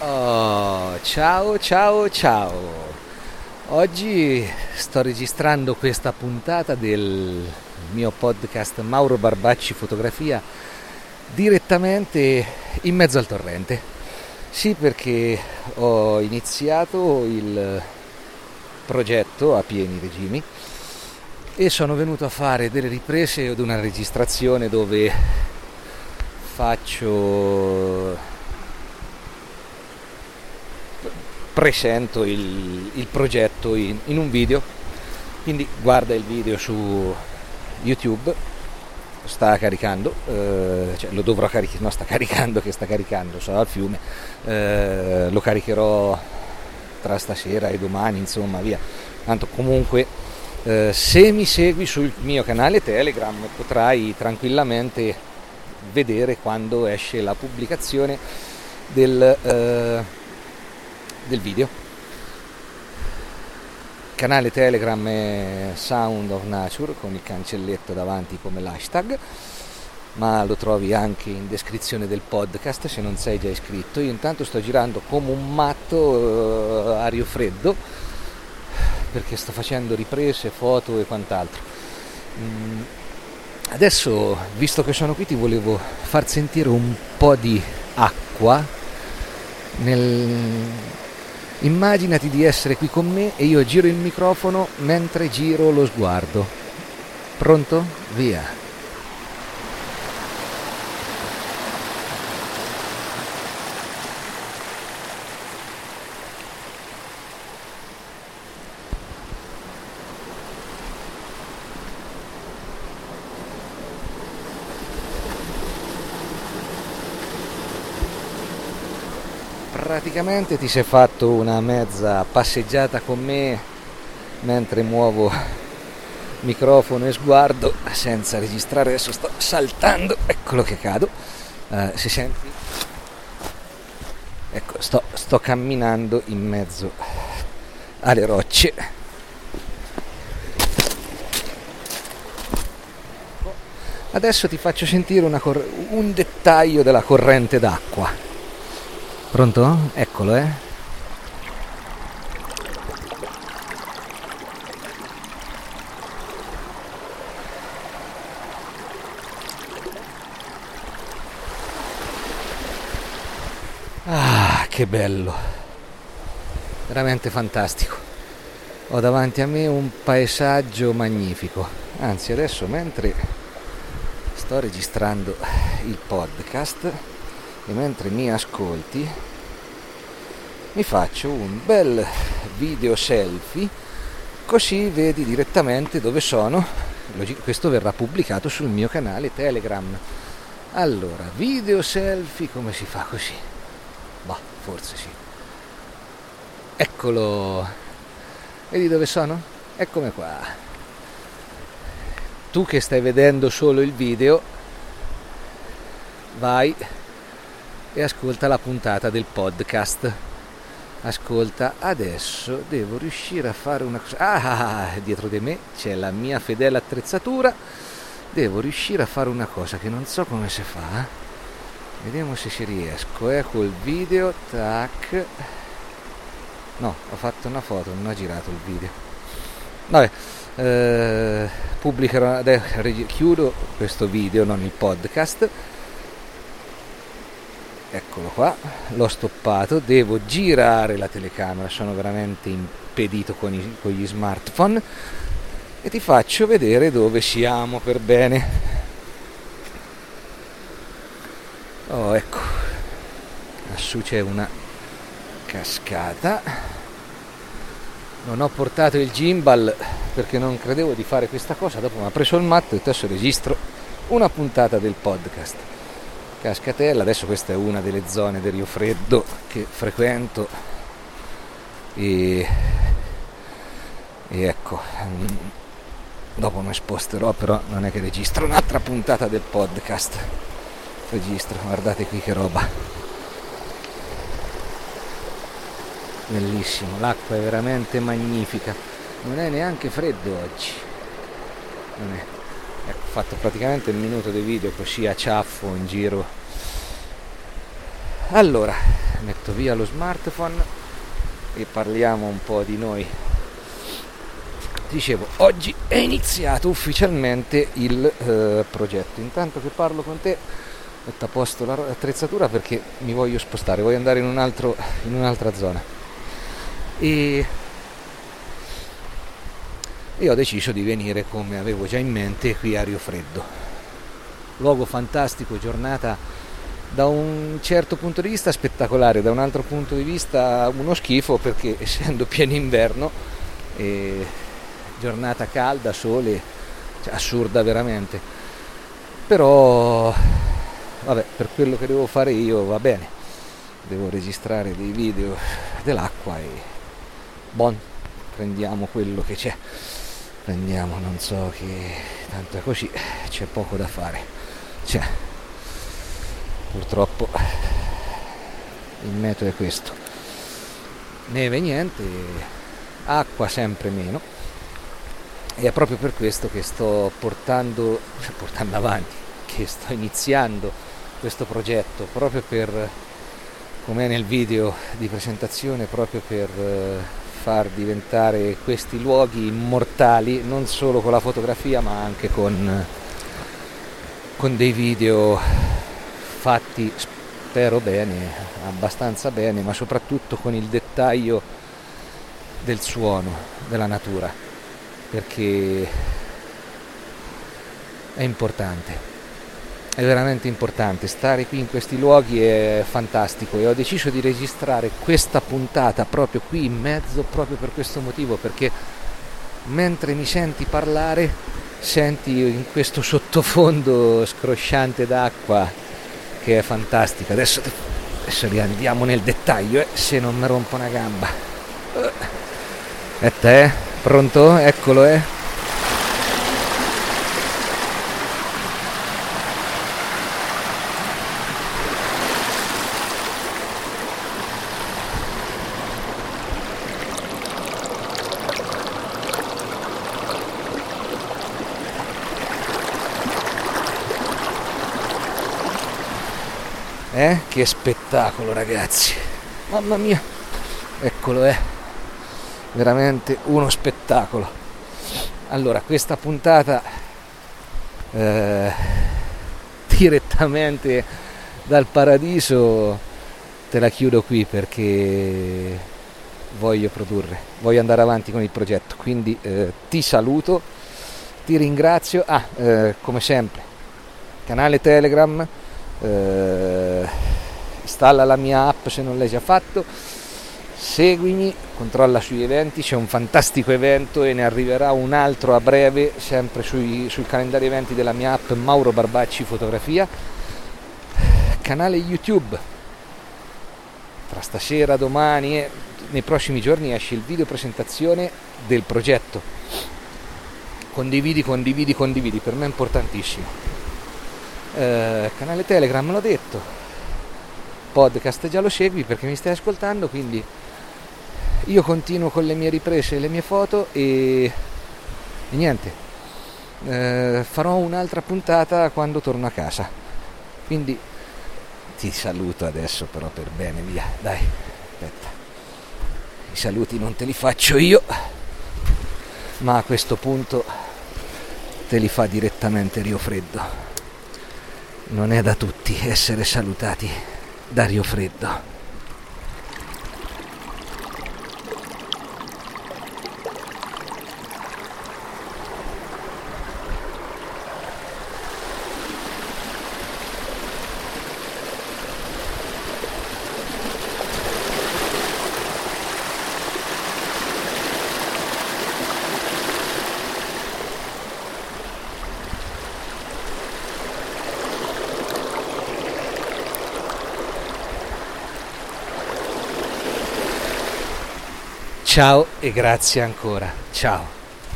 Oh, ciao ciao ciao. Oggi sto registrando questa puntata del mio podcast Mauro Barbacci Fotografia direttamente in mezzo al torrente. Sì, perché ho iniziato il progetto a pieni regimi e sono venuto a fare delle riprese ad una registrazione dove presento il progetto in un video, quindi guarda il video su YouTube, sta caricando, cioè lo dovrò caricare, no, sta caricando, sono al fiume, lo caricherò tra stasera e domani, insomma, via. Tanto comunque se mi segui sul mio canale Telegram potrai tranquillamente vedere quando esce la pubblicazione del video. Canale Telegram è Sound of Nature con il cancelletto davanti come l'hashtag, ma lo trovi anche in descrizione del podcast se non sei già iscritto. Io intanto sto girando come un matto a Rio Freddo perché sto facendo riprese, foto e quant'altro. Adesso, visto che sono qui, ti volevo far sentire un po' di acqua Immaginati di essere qui con me e io giro il microfono mentre giro lo sguardo. Pronto? Via. Praticamente ti sei fatto una mezza passeggiata con me mentre muovo microfono e sguardo senza registrare. Adesso sto saltando, eccolo che cado, si senti? Ecco, sto camminando in mezzo alle rocce. Adesso ti faccio sentire un dettaglio della corrente d'acqua. Pronto? Eccolo, Ah, che bello! Veramente fantastico. Ho davanti a me un paesaggio magnifico. Anzi, adesso mentre sto registrando il podcast e mentre mi ascolti mi faccio un bel video selfie, così vedi direttamente dove sono. Questo verrà pubblicato sul mio canale Telegram. Allora, video selfie, come si fa così? Bah, forse sì. Eccolo. Vedi dove sono? Eccomi qua. Tu che stai vedendo solo il video, vai e ascolta la puntata del podcast. Ascolta, adesso devo riuscire a fare una cosa. Dietro di me c'è la mia fedele attrezzatura. Devo riuscire a fare una cosa che non so come si fa. Vediamo se ci riesco. Col video, tac. No, ho fatto una foto, non ho girato il video. Vabbè, pubblicherò adesso, chiudo questo video, non il podcast. Eccolo qua, l'ho stoppato, devo girare la telecamera, sono veramente impedito con gli smartphone e ti faccio vedere dove siamo per bene. Oh, ecco, lassù c'è una cascata. Non ho portato il gimbal perché non credevo di fare questa cosa, dopo mi ha preso il matto e adesso registro una puntata del podcast. Cascatella, adesso questa è una delle zone del Rio Freddo che frequento e ecco, dopo mi sposterò, però non è che registro un'altra puntata del podcast, registro, guardate qui che roba, bellissimo, l'acqua è veramente magnifica, non è neanche freddo oggi, non è. Ecco, ho fatto praticamente un minuto di video così a ciaffo in giro. Allora, metto via lo smartphone e parliamo un po' di noi. Dicevo, oggi è iniziato ufficialmente il progetto. Intanto che parlo con te metto a posto l'attrezzatura perché mi voglio spostare, voglio andare in un'altra zona e ho deciso di venire, come avevo già in mente, qui a Rio Freddo. Luogo fantastico, giornata da un certo punto di vista spettacolare, da un altro punto di vista uno schifo, perché essendo pieno inverno, giornata calda, sole, cioè assurda veramente, però vabbè, per quello che devo fare io va bene, devo registrare dei video dell'acqua e prendiamo quello che c'è, non so, che tanto è così, c'è poco da fare, purtroppo il metodo è questo, neve niente, acqua sempre meno, e è proprio per questo che sto portando avanti, che sto iniziando questo progetto, proprio per, come è nel video di presentazione, proprio per far diventare questi luoghi immortali, non solo con la fotografia ma anche con dei video fatti, spero bene, abbastanza bene, ma soprattutto con il dettaglio del suono, della natura, perché è importante. È veramente importante, stare qui in questi luoghi è fantastico, e ho deciso di registrare questa puntata proprio qui in mezzo, proprio per questo motivo, perché mentre mi senti parlare senti in questo sottofondo scrosciante d'acqua che è fantastico. Adesso riandiamo nel dettaglio, se non mi rompo una gamba. E te? Pronto? Eccolo, Che spettacolo, ragazzi, mamma mia, eccolo, veramente uno spettacolo. Allora, questa puntata direttamente dal paradiso te la chiudo qui, perché voglio voglio andare avanti con il progetto, quindi ti saluto, ti ringrazio. Come sempre, canale Telegram, installa la mia app se non l'hai già fatto, seguimi, controlla sugli eventi, c'è un fantastico evento e ne arriverà un altro a breve, sempre sul calendario eventi della mia app Mauro Barbacci Fotografia. Canale YouTube, tra stasera, domani e nei prossimi giorni esce il video presentazione del progetto. Condividi, per me è importantissimo. Canale Telegram l'ho detto, podcast già lo segui perché mi stai ascoltando, quindi io continuo con le mie riprese e le mie foto e niente, farò un'altra puntata quando torno a casa, quindi ti saluto adesso, però per bene, via, dai, aspetta, i saluti non te li faccio io, ma a questo punto te li fa direttamente Rio Freddo. Non è da tutti essere salutati da Rio Freddo. Ciao e grazie ancora. Ciao.